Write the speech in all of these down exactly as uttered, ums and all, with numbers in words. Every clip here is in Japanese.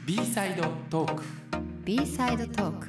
B サイドトーク B サイドトーク。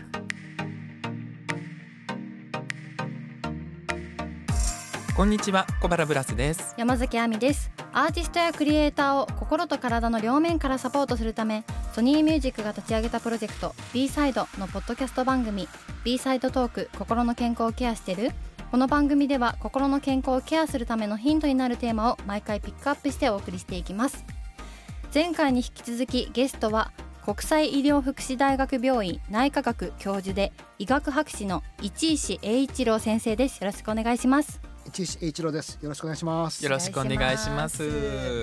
こんにちは、小原ブラスです。 山崎亜美です。アーティストやクリエイターを心と体の両面からサポートするため、ソニーミュージックが立ち上げたプロジェクト B サイドのポッドキャスト番組 B サイドトーク、心の健康をケアしてる。この番組では心の健康をケアするためのヒントになるテーマを毎回ピックアップしてお送りしていきます。前回に引き続きゲストは国際医療福祉大学病院内科学教授で医学博士の市石英一郎先生です。よろしくお願いします。 市石英一郎です。よろしくお願いします。 よろしくお願いします。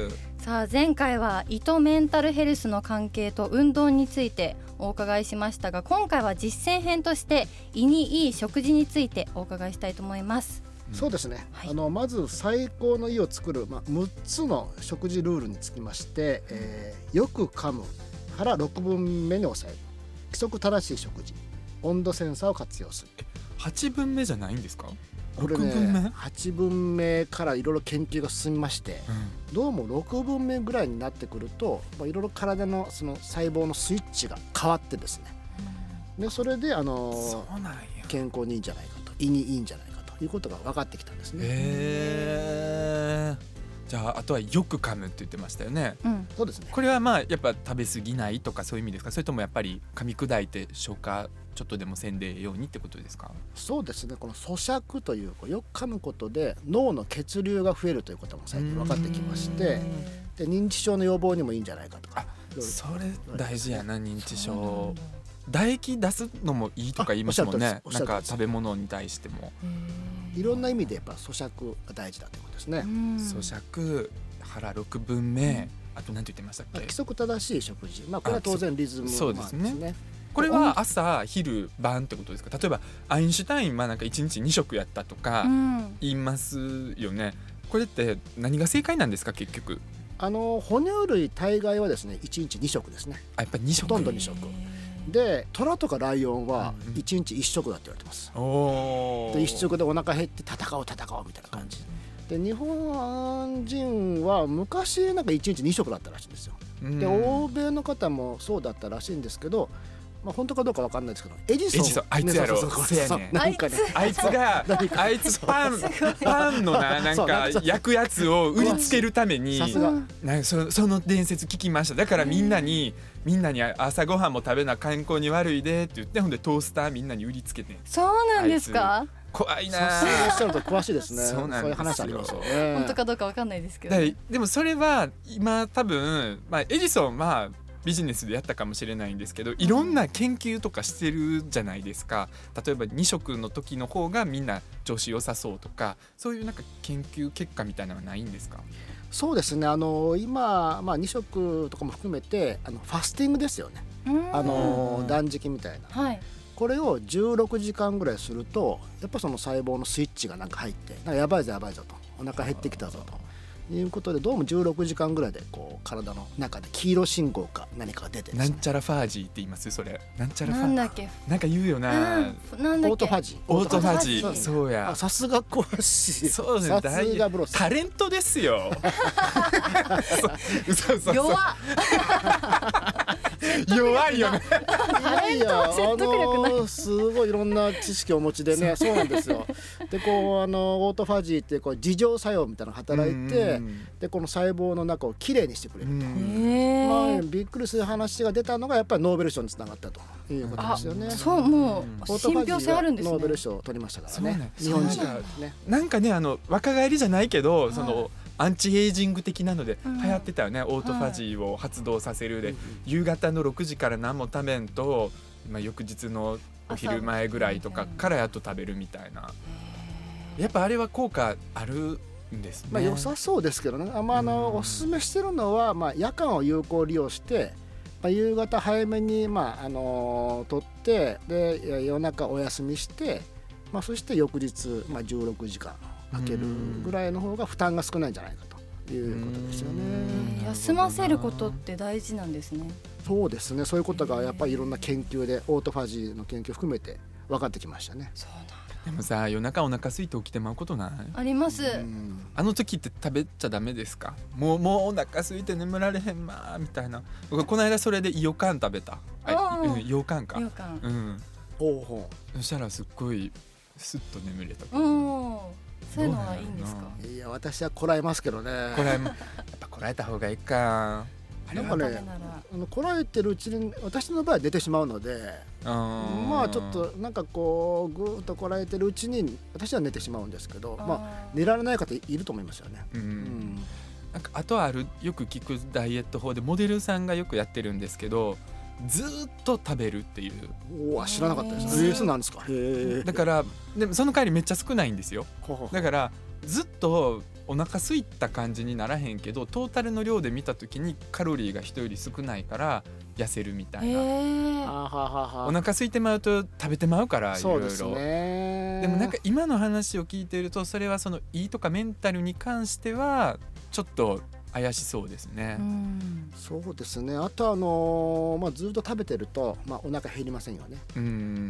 さあ、前回は胃とメンタルヘルスの関係と運動についてお伺いしましたが、今回は実践編として胃にいい食事についてお伺いしたいと思います。 そうですね、 はい、 あのまず最高の胃を作る、まあ、むっつの食事ルールにつきまして、えー、よく噛む、腹ろくぶんめに抑える、規則正しい食事、温度センサーを活用する。 はちぶんめじゃないんですか？ これろくぶんめね、はちぶんめからいろいろ研究が進みまして、うん、どうもろくぶんめぐらいになってくるといろいろ体のその細胞のスイッチが変わってですね、うん、でそれであのそうなんや、 健康にいいんじゃないかと、胃にいいんじゃないかということが分かってきたんですね。 へー。じゃあ、あとはよく噛むって言ってましたよね、 うん、 そうですね。 これはまあやっぱ食べ過ぎないとかそういう意味ですか？それともやっぱり噛み砕いて消化ちょっとでもせんでようにってことですか？ そうですね、この咀嚼というよく噛むことで脳の血流が増えるということも最近分かってきまして、で認知症の予防にもいいんじゃないかとか。 あ、それ大事やな、認知症。唾液出すのもいいとか言いますもんね。なんか食べ物に対してもいろんな意味でやっぱ咀嚼が大事だということですね。 咀嚼、腹ろくぶんめ、あと何て言ってましたっけ？ 規則正しい食事、まあ、これは当然リズムですね。 そうですね。これは朝昼晩ってことですか？例えばアインシュタインはなんかいちにちに食やったとか言いますよね、うん、これって何が正解なんですか結局？ あの哺乳類大概はですねいちにちに食ですね。 あ、やっぱりに食。 ほとんどに食で、トラとかライオンはいちにちいち食だって言われてます、うん、おでいち食でお腹減って戦おう戦おうみたいな感じで、日本人は昔なんかいちにちに食だったらしいんですよ。で欧米の方もそうだったらしいんですけど、まあ、本当かどうか分かんないですけど、エジソン、 エジソンあいつやろ、せやねん、 なんかね、 あいつがあいつパンパンのな、なんか焼くやつを売りつけるためにさすがなんか そ, その伝説聞きました。だからみんなにみんなに朝ごはんも食べな健康に悪いでって言って、ほんでトースターみんなに売りつけて。 そうなんですか？ 怖いな。 さすがおっしゃると詳しいですね。 そうなんですよ。 そういう話ありますよね。 本当かどうか分かんないですけど、ね、 でもそれは今多分、まあ、エジソンはビジネスでやったかもしれないんですけど、いろんな研究とかしてるじゃないですか。例えばに食の時の方がみんな調子良さそうとか、そういうなんか研究結果みたいなのはないんですか？ そうですね、あの今、まあ、に食とかも含めてあのファスティングですよね。あの断食みたいな、はい、これをじゅうろくじかんぐらいするとやっぱその細胞のスイッチがなんか入って、なんかやばいぞやばいぞと、お腹減ってきたぞということで、どうもじゅうろくじかんぐらいでこう体の中で黄色信号か何かが出てですね、 なんちゃらファージーって言います？それなんちゃらファーなんだっけ、 なんか言うよな、 うん、なんだっけ、 オートファジーオートファジー、そうや、 さすが詳しい。 そうですね、 さすがブロス、 タレントですよ。そうそうそう、 弱っ弱いよね。 タレントは説得力ない。 あのすごいいろんな知識をお持ちでね。そうなんですよ。でこうあのオートファジーってこう自浄作用みたいなのが働いて、でこの細胞の中をきれいにしてくれると、まあ、びっくりする話が出たのがやっぱりノーベル賞につながったということですよね。 そう、もう信憑性あるんですね。 ノーベル賞を取りましたからね、ね、日本人ね。 なんかね、あの若返りじゃないけど、そのアンチエイジング的なので流行ってたよね、うん、オートファジーを発動させるで、はい、夕方のろくじから何も食べんと、まあ、翌日のお昼前ぐらいとかからやっと食べるみたいな。やっぱあれは効果あるんですね。 まあ、良さそうですけどね。あ、まあ、あのおすすめしてるのは、まあ、夜間を有効利用して、まあ、夕方早めに、まああのー、取ってで夜中お休みして、まあ、そして翌日、まあ、じゅうろくじかん空けるぐらいの方が負担が少ないんじゃないかということですよね。 休ませることって大事なんですね。 そうですね、そういうことがやっぱりいろんな研究でオートファジーの研究を含めて分かってきましたね。 そうなんだ。 でもさ、夜中お腹空いて起きてまうことない？ あります。 あの時って食べちゃダメですか？もうもうお腹空いて眠られへんまーみたいな。僕この間それでイヨカン食べた。あ、うん、羊羹か。 羊羹。 うん。 おうほう。そしたらすっごいスッと眠れた。 うん。そういうのはいいんですか？ いや、私はこらえますけどね。 こらえ、やっぱこらえた方がいいか。 なんかね、あのこらえてるうちに私の場合は出てしまうので、まあちょっとなんかこうぐーっとこらえてるうちに私は寝てしまうんですけど、まあ寝られない方いると思いますよね。うん、うん、 なんかあとあるよく聞くダイエット法でモデルさんがよくやってるんですけど、ずっと食べるっていう。 おわ、知らなかったです。えー、そうなんですか。へえ。 だからでもその代わりめっちゃ少ないんですよ。だからずっとお腹空いた感じにならへんけど、トータルの量で見た時にカロリーが人より少ないから痩せるみたいな。お腹空いてまうと食べてまうからいろいろ。そうですね。でもなんか今の話を聞いていると、それはその胃とかメンタルに関してはちょっと怪しそうですね。 うん、そうですね。あとあのーまあ、ずっと食べてると、まあ、お腹減りませんよね。うん、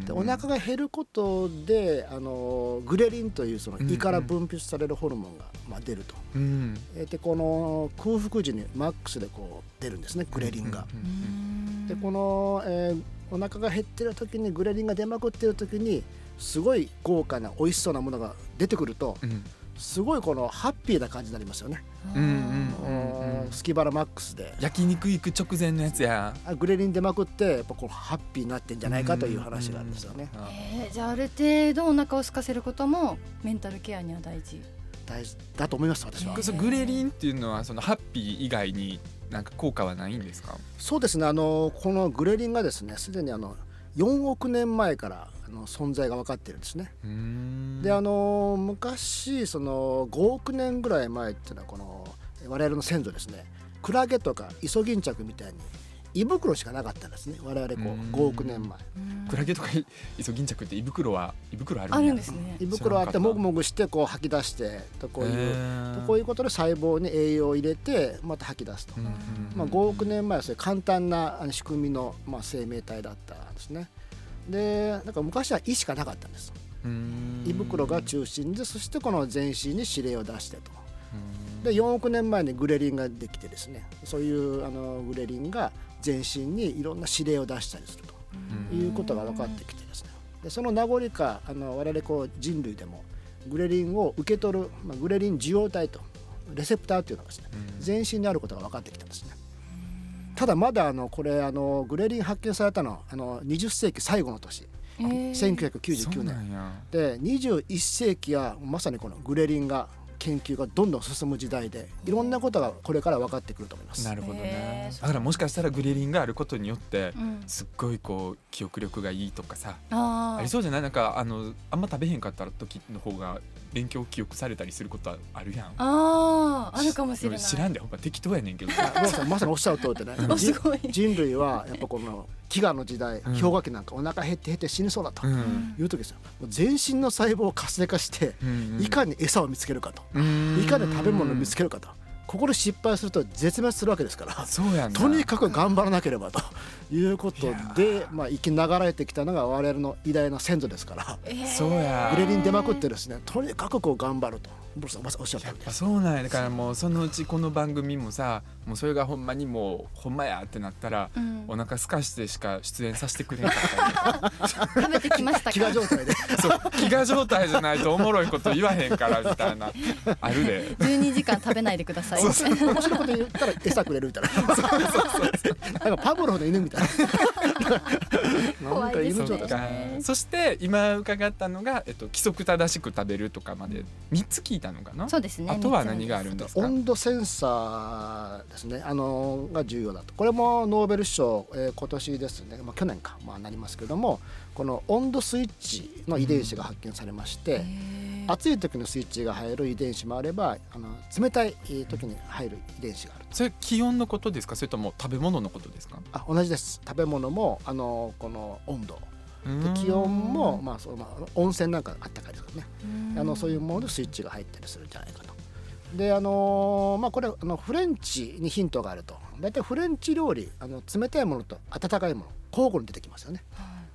でお腹が減ることで、あのー、グレリンというその胃から分泌されるホルモンが、まあ、出ると、うん、でこの空腹時にマックスでこう出るんですね、グレリンが。でこの、えー、お腹が減ってる時にグレリンが出まくってる時にすごい豪華な美味しそうなものが出てくると、うん、すごいこのハッピーな感じになりますよね。スキバラマックスで焼肉行く直前のやつや、 グレリン出まくってやっぱこのハッピーになってんじゃないかという話があるんですよね。 えー、じゃあある程度お腹を空かせることもメンタルケアには大事大事だと思います、私は。 グレリンっていうのはそのハッピー以外になんか効果はないんですか？ そうですね、あのこのグレリンがですね、すでにあのよんおくねんまえからあの存在が分かってるんですね。うーんであの昔そのごおくねんぐらい前っていうのはこの我々の先祖ですね、クラゲとかイソギンチャクみたいに胃袋しかなかったんですね、我々こうごおくねんまえ。 クラゲとかイソギンチャクって胃袋は胃袋あるんあるんですね。 胃袋あってもぐもぐしてこう吐き出してとこういうとこういうことで細胞に栄養を入れてまた吐き出すと。まあごおくねんまえはそれ簡単な仕組みのまあ生命体だったんですね。でなんか昔は胃しかなかったんです。胃袋が中心で、そしてこの全身に指令を出してと。でよんおくねんまえにグレリンができてですね、そういうあのグレリンが全身にいろんな指令を出したりするということが分かってきてですね、でその名残かあの我々こう人類でもグレリンを受け取る、まあ、グレリン受容体とレセプターというのがですね、全身にあることが分かってきたんですね。ただまだあのこれあのグレリン発見されたのはあのにじゅっせいき最後の年、せんきゅうひゃくきゅうじゅうきゅうねんで、にじゅういっせいきはまさにこのグレリンが研究がどんどん進む時代で、いろんなことがこれから分かってくると思います。 なるほどね。だからもしかしたらグレリンがあることによってすっごいこう記憶力がいいとかさ、うん、ありそうじゃない？なんかあのあんま食べへんかった時の方が勉強記憶されたりすることはあるやん。 ああ、あるかもしれない。 知らんで、ほんま適当やねんけどまさにおっしゃる通りでね人類はやっぱこの飢餓の時代、氷河期なんかお腹減って減って死にそうだという時ですよ。全身の細胞を活性化していかに餌を見つけるかと、いかに食べ物を見つけるかと、ここで失敗すると絶滅するわけですから、そうやんな、とにかく頑張らなければということで、まあ、生きながらえてきたのが我々の偉大な先祖ですから、えー、そうやグレリン出まくってですね、とにかくこう頑張るとおっしゃった通りです。 そうなんや。だからもうそのうちこの番組もさ、もうそれがほんまにもうほんまやってなったら、うん、お腹すかしてしか出演させてくれなかった食べてきましたか？ 飢餓状態でそう飢餓状態じゃないとおもろいこと言わへんからみたいなあるで。 じゅうにじかん食べないでください。 そうそう面白いこと言ったら餌くれるみたいなそうそうそうなんかパブロフの犬みたいな怖いですね。 そうか。そして今伺ったのが、えっと、規則正しく食べるとかまでみっつ聞いたのかな。 そうですね。 あとは何があるんですか？ 温度センサーですね、あのが重要だと。これもノーベル賞、えー、今年ですね、まあ、去年か、まあ、なりますけども、この温度スイッチの遺伝子が発見されまして、うん、暑い時のスイッチが入る遺伝子もあれば、あの冷たい時に入る遺伝子がある。 それ気温のことですか？それとも食べ物のことですか？ あ、同じです。食べ物もあのこの温度で、気温も、まあそうまあ、温泉なんかあったかいですからね、あのそういうものでスイッチが入ったりするんじゃないかと。であのーまあ、これあのフレンチにヒントがあると。だいたいフレンチ料理、あの冷たいものと温かいもの交互に出てきますよね。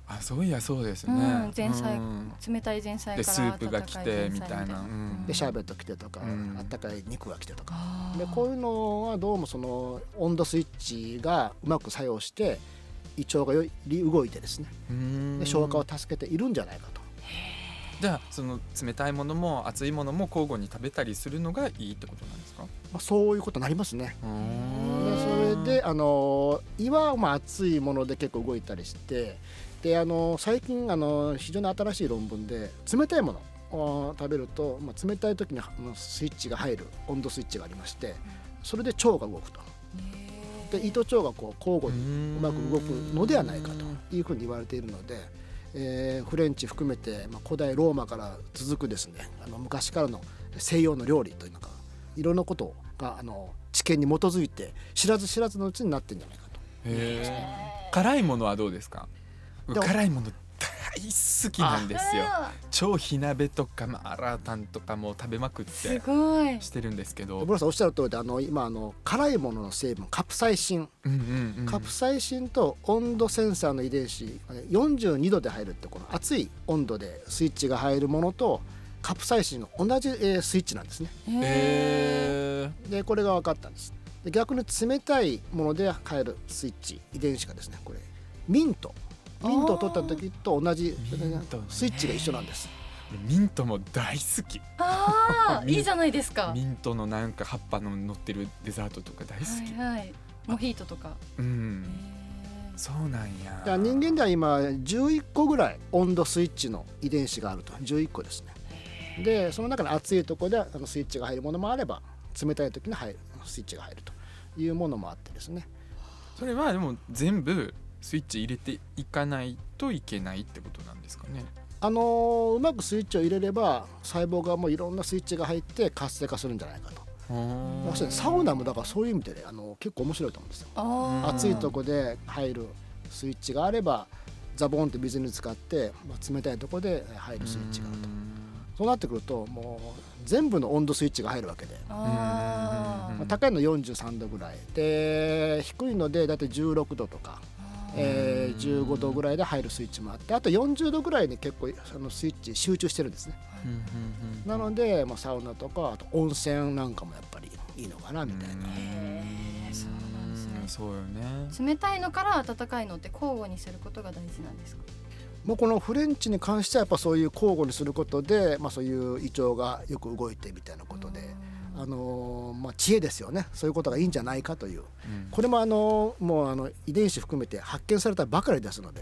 あ、そういやそうですね、 うん、前菜、うん、冷たい前菜からでスープが来てみたいな、うん、でシャーベット来てとか、うん、あったかい肉が来てとかで、こういうのはどうもその温度スイッチがうまく作用して胃腸がより動いてですね、で消化を助けているんじゃないかと。 じゃあその冷たいものも熱いものも交互に食べたりするのがいいってことなんですか？まあ、そういうことになりますね。でそれであの胃はまあ熱いもので結構動いたりして、であの最近あの非常に新しい論文で冷たいものを食べると、まあ、冷たい時にスイッチが入る温度スイッチがありまして、それで腸が動くと。で胃と腸がこう交互にうまく動くのではないかというふうに言われているので、えー、フレンチ含めて、まあ、古代ローマから続くですね、あの昔からの西洋の料理というのがいろんなことがあの知見に基づいて知らず知らずのうちになってるんじゃないかと。 へー、辛いものはどうですか？辛いもの大好きなんですよ。超火鍋とかマーラータンとかも食べまくってしてるんですけど、 ブラさんおっしゃる通りで、あの今あの辛いものの成分カプサイシン、うんうんうん、カプサイシンと温度センサーの遺伝子よんじゅうにどで入るって、この熱い温度でスイッチが入るものとカプサイシンの同じ、えー、スイッチなんですね。へー。でこれが分かったんです。で逆に冷たいもので入るスイッチ遺伝子がですね、これミントミントを取った時と同じスイッチが一緒なんです。 ミントも大好き。 あいいじゃないですか。 ミントのなんか葉っぱの乗ってるデザートとか大好き、 はいはい、モヒートとか、 うん、そうなんや。 だ人間では今じゅういっこぐらい温度スイッチの遺伝子があると。じゅういっこですね。でその中で熱いところであのスイッチが入るものもあれば、冷たい時に入るスイッチが入るというものもあってですね。 それはでも全部スイッチ入れていかないといけないってことなんですかね。 あのー、うまくスイッチを入れれば細胞がもういろんなスイッチが入って活性化するんじゃないかと。サウナもだからそういう意味で、ね、あの結構面白いと思うんですよ。熱いとこで入るスイッチがあればザボンって水に浸かって、まあ、冷たいとこで入るスイッチがあると。そうなってくるともう全部の温度スイッチが入るわけで、まあ、高いのよんじゅうさんどぐらいで、低いのでだいたいじゅうろくどとか、えー、じゅうごどぐらいで入るスイッチもあって、あとよんじゅうどぐらいに結構あのスイッチ集中してるんですね。なので、まあ、サウナとかあと温泉なんかもやっぱりいいのかなみたいな。 へー、そうなんですね。 そうよね。 冷たいのから温かいのって交互にすることが大事なんですか？ もうこのフレンチに関してはやっぱそういう交互にすることで、まあ、そういう胃腸がよく動いてみたいなことで、あのーまあ、知恵ですよね。そういうことがいいんじゃないかという、うん、これもあのもうあの遺伝子含めて発見されたばかりですので、うん、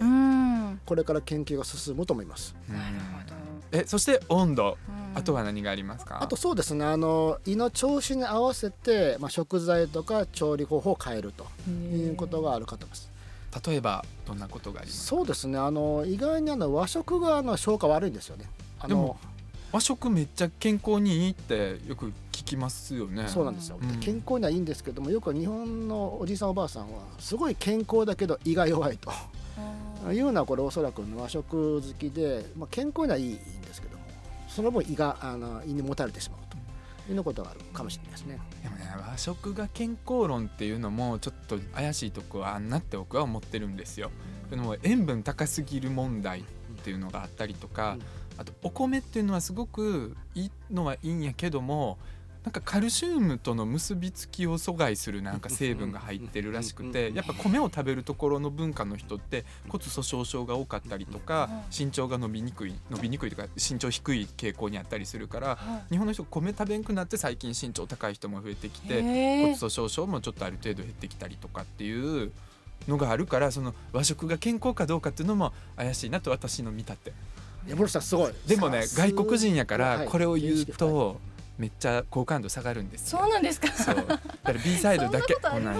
これから研究が進むと思います。 なるほど。 えそして温度、あとは何がありますか？ あとそうですね、あの胃の調子に合わせて、まあ、食材とか調理方法を変えるということがあるかと思います。 例えばどんなことがありますか？ そうですね、あの意外にあの和食があの消化悪いんですよね。あのでも和食めっちゃ健康にいいってよく聞きますよね。 そうなんですよ、うん、健康にはいいんですけども、よく日本のおじいさんおばあさんはすごい健康だけど胃が弱いというのは、これおそらく和食好きで、まあ、健康にはいいんですけども、その分胃があの胃にもたれてしまうというようなことがあるかもしれないですね。 でもね、和食が健康論っていうのもちょっと怪しいとこはあんなって僕は思ってるんですよ。でも塩分高すぎる問題っていうのがあったりとか、うん、あとお米っていうのはすごくいいのはいいんやけども、なんかカルシウムとの結びつきを阻害するなんか成分が入ってるらしくて、やっぱ米を食べるところの文化の人って骨粗しょう症が多かったりとか、身長が伸びにくい伸びにくいとか身長低い傾向にあったりするから、日本の人米食べんくなって最近身長高い人も増えてきて、骨粗しょう症もちょっとある程度減ってきたりとかっていうのがあるから、その和食が健康かどうかっていうのも怪しいなと私の見立て。 いや森さんすごい。 でもね、外国人やからこれを言うとめっちゃ好感度下がるんですよ。 そうなんですか。 そうだから B サイドだけこない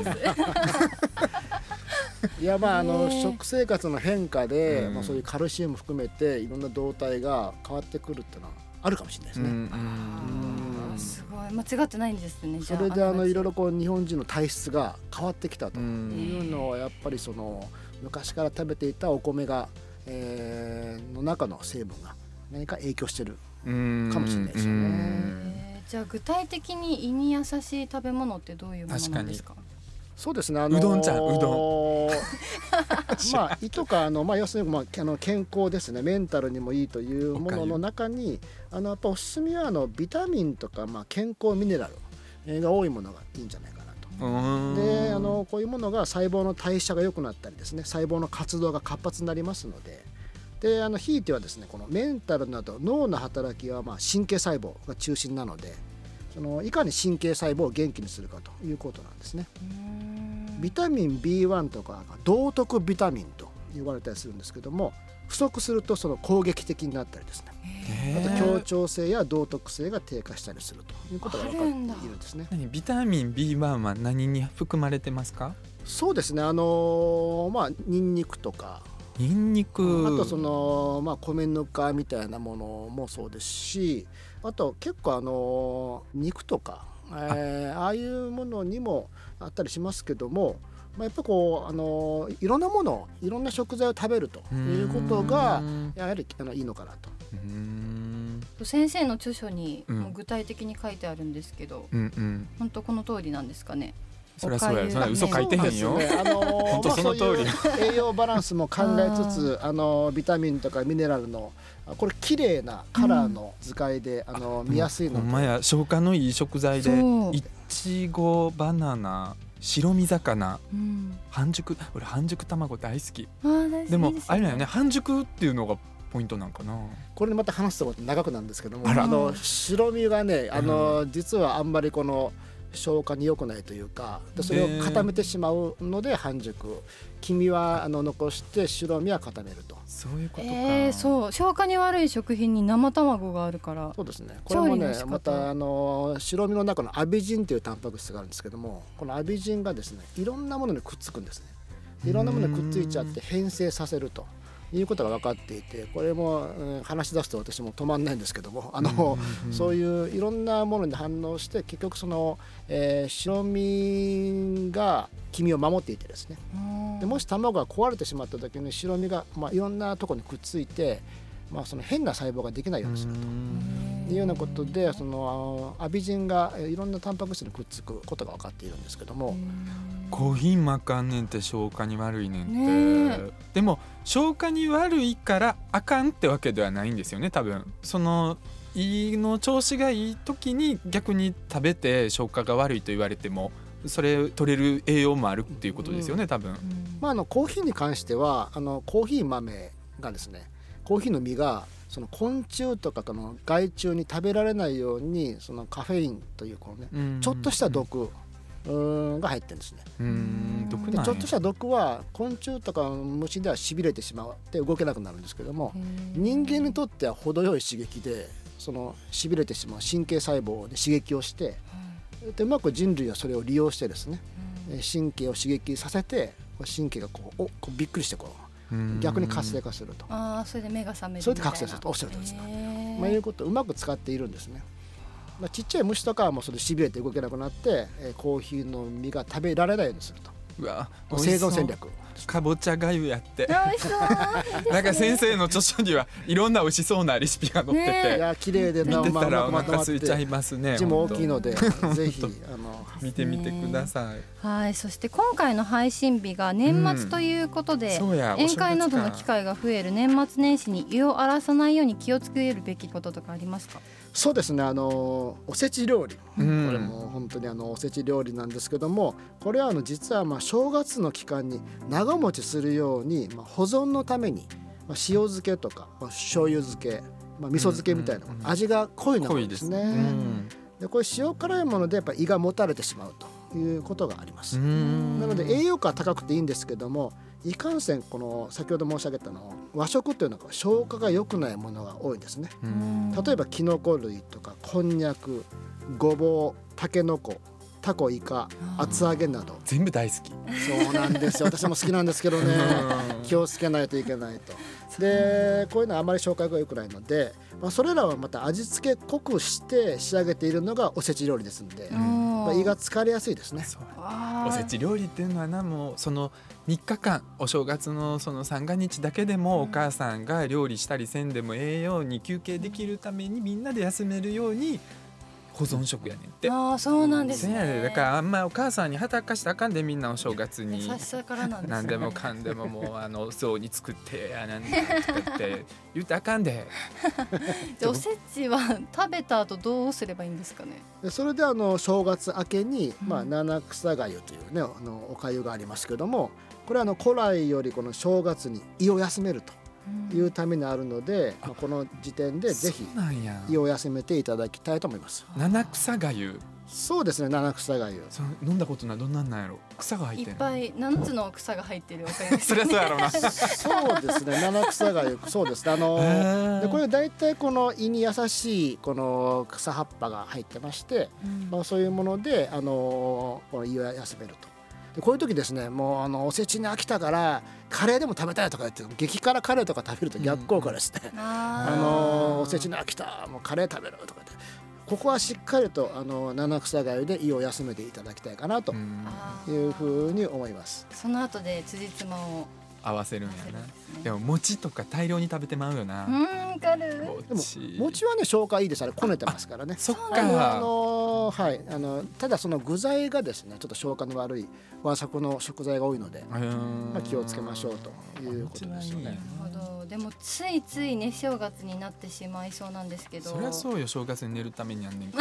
いやまああの食生活の変化で、うんまあ、そういうカルシウム含めていろんな動態が変わってくるっていうのはあるかもしれないですね。うんうんすごい間違ってないんですね。 それであのいろいろこう日本人の体質が変わってきたというのはやっぱりその昔から食べていたお米が、えー、の中の成分が何か影響してるかもしれないですよね。 じゃあ具体的に胃に優しい食べ物ってどういうものなんですか？ そうですね、あのー、 うどんじゃんうどまあ胃とかあの、まあ、要するに、まあ、あの健康ですね、メンタルにもいいというものの中にあのやっぱおすすめはあのビタミンとか、まあ、健康ミネラルが多いものがいいんじゃないかなと。であのこういうものが細胞の代謝が良くなったりですね、細胞の活動が活発になりますので、であのひいてはですねこのメンタルなど脳の働きはまあ神経細胞が中心なので、そのいかに神経細胞を元気にするかということなんですね。ビタミン ビーワン とか道徳ビタミンと言われたりするんですけども、不足するとその攻撃的になったりですね、あと協調性や道徳性が低下したりするということが分かっているんですね。 何ビタミン ビーワン は何に含まれてますか？ そうですね、あのー、まあニンニクとかニンニク、 あとその、まあ、米ぬかみたいなものもそうですし、あと結構あの肉とか、えー、ああいうものにもあったりしますけども、まあ、やっぱこうあのいろんなものいろんな食材を食べるということがやはりあのいいのかなと。 うーん、先生の著書にも具体的に書いてあるんですけど、うんうん、本当この通りなんですかね？ そりゃそうや、そんな嘘書いてへんよ、 ね、あの本当その通り、まあ、そういう栄養バランスも考えつつあのビタミンとかミネラルのこれ綺麗なカラーの図解で、うん、あの見やすいので、 ほんまや消化のいい食材でいちご、バナナ、白身魚、うん、半熟、俺半熟卵大好き。あ大好きですね。でもあれだよね、半熟っていうのがポイントなんかな。 これまた話すと長くなんですけども、ああの白身がねあの、うん、実はあんまりこの消化に良くないというか、それを固めてしまうので半熟、黄身はあの残して白身は固めると。 そういうことか、 えー、そう消化に悪い食品に生卵があるから。 そうですね、これもねまたあの白身の中のアビジンというタンパク質があるんですけども、このアビジンがですねいろんなものにくっつくんですね。いろんなものにくっついちゃって変性させるということが分かっていて、これも、うん、話し出すと私も止まんないんですけども、あの、うんうん、そういういろんなものに反応して結局その、えー、白身が黄身を守っていてですね、でもし卵が壊れてしまった時に白身が、まあ、いろんなところにくっついて、まあ、その変な細胞ができないようにするというようなことで、そのアビジンがいろんなタンパク質にくっつくことが分かっているんですけども、 コーヒーまかんねんって消化に悪いねんって、でも消化に悪いからあかんってわけではないんですよね。多分その胃の調子がいい時に逆に食べて消化が悪いと言われてもそれ取れる栄養もあるっていうことですよね、多分、うん、 まあ、あのコーヒーに関してはあのコーヒー豆がですね、コーヒーの実がその昆虫とかの害虫に食べられないようにそのカフェインというこのね、うん、ちょっとした毒が入ってるんですね。うーん毒でちょっとした毒は昆虫とか虫ではしびれてしまって動けなくなるんですけども、人間にとっては程よい刺激でそのしびれてしまう神経細胞で刺激をして、でうまく人類はそれを利用してですね、神経を刺激させて神経がこうおこうびっくりしてこう逆に活性化すると。 あそれで目が覚めるみたいな。 それで覚醒するとおっしゃるとですね、まあ、いうことをうまく使っているんですね。まあ、ちっちゃい虫とかはもうそれしびれて動けなくなって、えー、コーヒーの実が食べられないようにすると。 うわ生存戦略。 かぼちゃがゆやってなんか先生の著書にはいろんな美味しそうなレシピが載ってて、ね、 いや綺麗で見てたらお腹空いちゃいますね。 字も大きいのでぜひあの見てみてください。 はい、そして今回の配信日が年末ということで、うん、宴会などの機会が増える年末年始に胃を荒らさないように気をつけるべきこととかありますか？ そうですね、あのおせち料理、うん、これも本当にあのおせち料理なんですけども、これはあの実はまあ正月の期間に長持ちするように、まあ、保存のために、まあ、塩漬けとか、まあ、醤油漬け、まあ、味噌漬けみたいな、うんうん、味が濃いのがですね、うん、でこれ塩辛いものでやっぱ胃がもたれてしまうということがあります。なので栄養価は高くていいんですけども、いかんせんこの先ほど申し上げたの和食というのは消化が良くないものが多いんですね。例えばキノコ類とかこんにゃく、ごぼう、たけのこ、タコ、イカ、厚揚げなど全部大好き。 そうなんですよ、私も好きなんですけどね気をつけないといけないと。でこういうのはあまり消化が良くないので、まあ、それらはまた味付け濃くして仕上げているのがおせち料理ですので、まあ、胃が疲れやすいですね。 おせち料理っていうのはな、もうそのみっかかんお正月のその三が日だけでもお母さんが料理したりせんでも栄養に休憩できるためにみんなで休めるように保存食やねんって。 ああそうなんですね。 だからあんまお母さんに働かしたらあかんで、みんなお正月に優しさからなんですね。 何でもかんでももうあのそうに作ってあなんだとかって言ってあかんでじゃあおせちは食べた後どうすればいいんですかね。 でそれであの正月明けに、まあ、七草がゆというね、あのおかゆがありますけども、これはあの古来よりこの正月に胃を休めるというためにあるので、うん、まあ、この時点でぜひ胃を休めていただきたいと思います。 七草がゆ。 そうですね、七草がゆ。 飲んだことない。どんなんなんやろ。草が入ってる。 いっぱい七つの草が入ってるおかゆですね。 そりゃそうやろな。 そうですね、七草がゆ。そうですね。あのでこれ大体この胃に優しいこの草葉っぱが入ってまして、うん、まあそういうものであのこの胃を休めると。でこういう時ですね、もうあのおせちに飽きたからカレーでも食べたいとか言って激辛カレーとか食べると逆効果ですね。うん、あのおせちに飽きた、もうカレー食べるとか言って、ここはしっかりとあの七草がゆで胃を休めていただきたいかなというふうに思います。 その後で辻褄を合わせるんやな、ね、でも餅とか大量に食べてまうよな。 うんかる。 でも餅はね消化いいです。あれこねてますからね。 そっか。 あのはい、あのただその具材がですねちょっと消化の悪い和食の食材が多いので、まあ、気をつけましょうということですよね。 なるほど。でもついついね正月になってしまいそうなんですけど。 そりゃそうよ、正月に寝るためにやんねんから。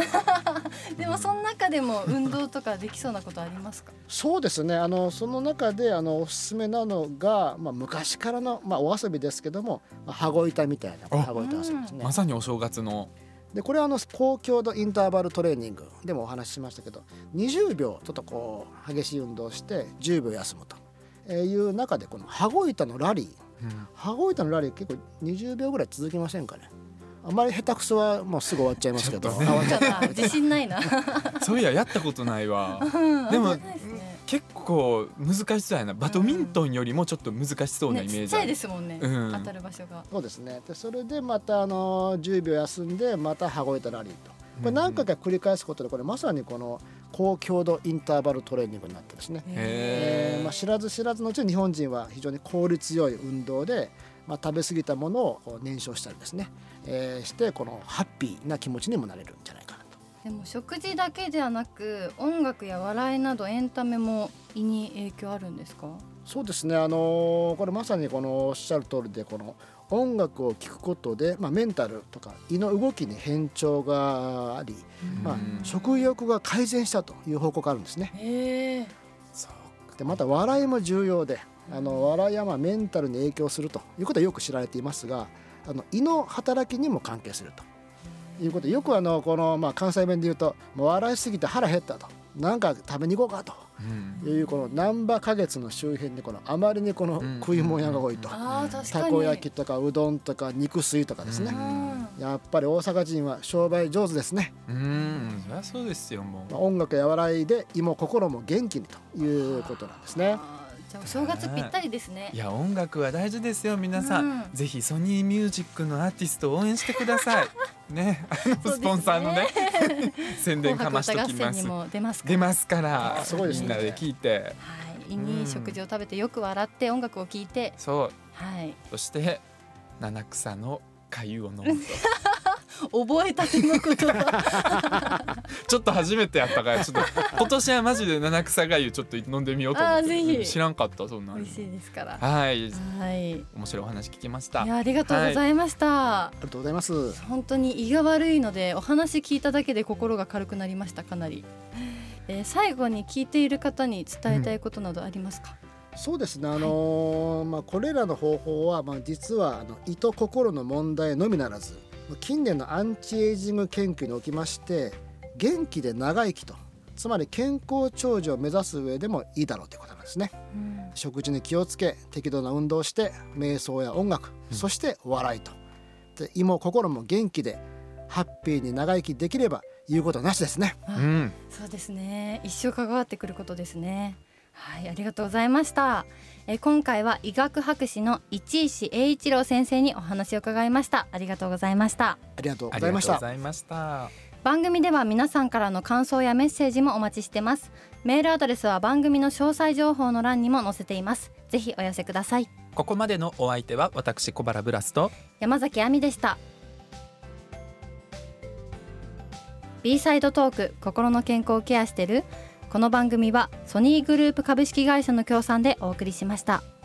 でもその中でも運動とかできそうなことありますか。 そうですね、あのその中であのおすすめなのが、まあ、昔からの、まあ、お遊びですけども、まあ、羽子板みたいな羽子板遊びですね。 まさにお正月のでこれはあの高強度インターバルトレーニングでもお話ししましたけど、にじゅうびょうちょっとこう激しい運動してじゅうびょう休むという中で、この羽子板のラリー、うん、羽子板のラリー結構にじゅうびょうぐらい続きませんかね。あまり下手くそはもうすぐ終わっちゃいますけど、ね、 終わっちゃった自信ないな。 そういややったことないわ。でも結構難しそうやな。バドミントンよりもちょっと難しそうなイメージ、ね、 ちっちゃいですもんね、うん、当たる場所が。 そうですね。でそれでまたあのじゅうびょう休んでまた羽子板ラリーと、これ何回か繰り返すことで、これまさにこの高強度インターバルトレーニングになってですね、えーまあ、知らず知らずのうちに日本人は非常に効率よい運動で、まあ、食べ過ぎたものを燃焼したりですね、えー、してこのハッピーな気持ちにもなれるんじゃないかなと。 でも食事だけではなく音楽や笑いなどエンタメも胃に影響あるんですか。そうですね、 あのー、これまさにこのおっしゃる通りで、この音楽を聴くことで、まあ、メンタルとか胃の動きに変調があり、まあ、食欲が改善したという報告があるんですね。 へー。 でまた笑いも重要で、あの笑いはまあメンタルに影響するということはよく知られていますが、あの胃の働きにも関係するということで、よくあのこのまあ関西弁で言うと、もう笑いすぎて腹減ったと、なんか食べに行こうかというこの難波花月の周辺でこのあまりにこの食い物屋が多いと、たこ焼きとかうどんとか肉水とかですね、やっぱり大阪人は商売上手ですね。 うん、そりゃそうですよ。もう音楽や笑いで胃も心も元気にということなんですね。 じゃあお正月ぴったりですね。 いや音楽は大事ですよ皆さん、うん、ぜひソニーミュージックのアーティストを応援してくださいね、あのスポンサーのね宣伝かましときます。 にも出ますから出ますからすごいですね、 みんなで聞いて、 はい、胃に食事を食べてよく笑って音楽を聴いて、 そう、 はい、 そして七草の粥を飲むと覚えたての言葉ちょっと初めてやったから、ちょっと今年はマジで七草粥ちょっと飲んでみようと思って。 ぜひ知らんかった。そんな美味しいですから。 はい、 はい、 面白いお話聞きました。 いやありがとうございました、 はい、ありがとうございます。 本当に胃が悪いのでお話聞いただけで心が軽くなりました。かなり、えー、最後に聞いている方に伝えたいことなどありますか。 うん、そうですね、あのーまあ、これらの方法は、まあ、実はあの胃と心の問題のみならず、近年のアンチエイジング研究におきまして元気で長生きと、つまり健康長寿を目指す上でもいいだろうということなんですね。うん、食事に気をつけ適度な運動して瞑想や音楽、うん、そして笑いと、で胃も心も元気でハッピーに長生きできれば言うことなしですね。 うん、そうですね、一生関わってくることですね。はい、ありがとうございました。え今回は医学博士の市石栄一郎先生にお話を伺いました。ありがとうございました。 ありがとうございました。 ありがとうございました。 番組では皆さんからの感想やメッセージもお待ちしてます。メールアドレスは番組の詳細情報の欄にも載せています。ぜひお寄せください。 ここまでのお相手は私小原ブラスと山崎亜美でした。 B サイドトーク心の健康をケアしてる。この番組はソニーグループ株式会社の協賛でお送りしました。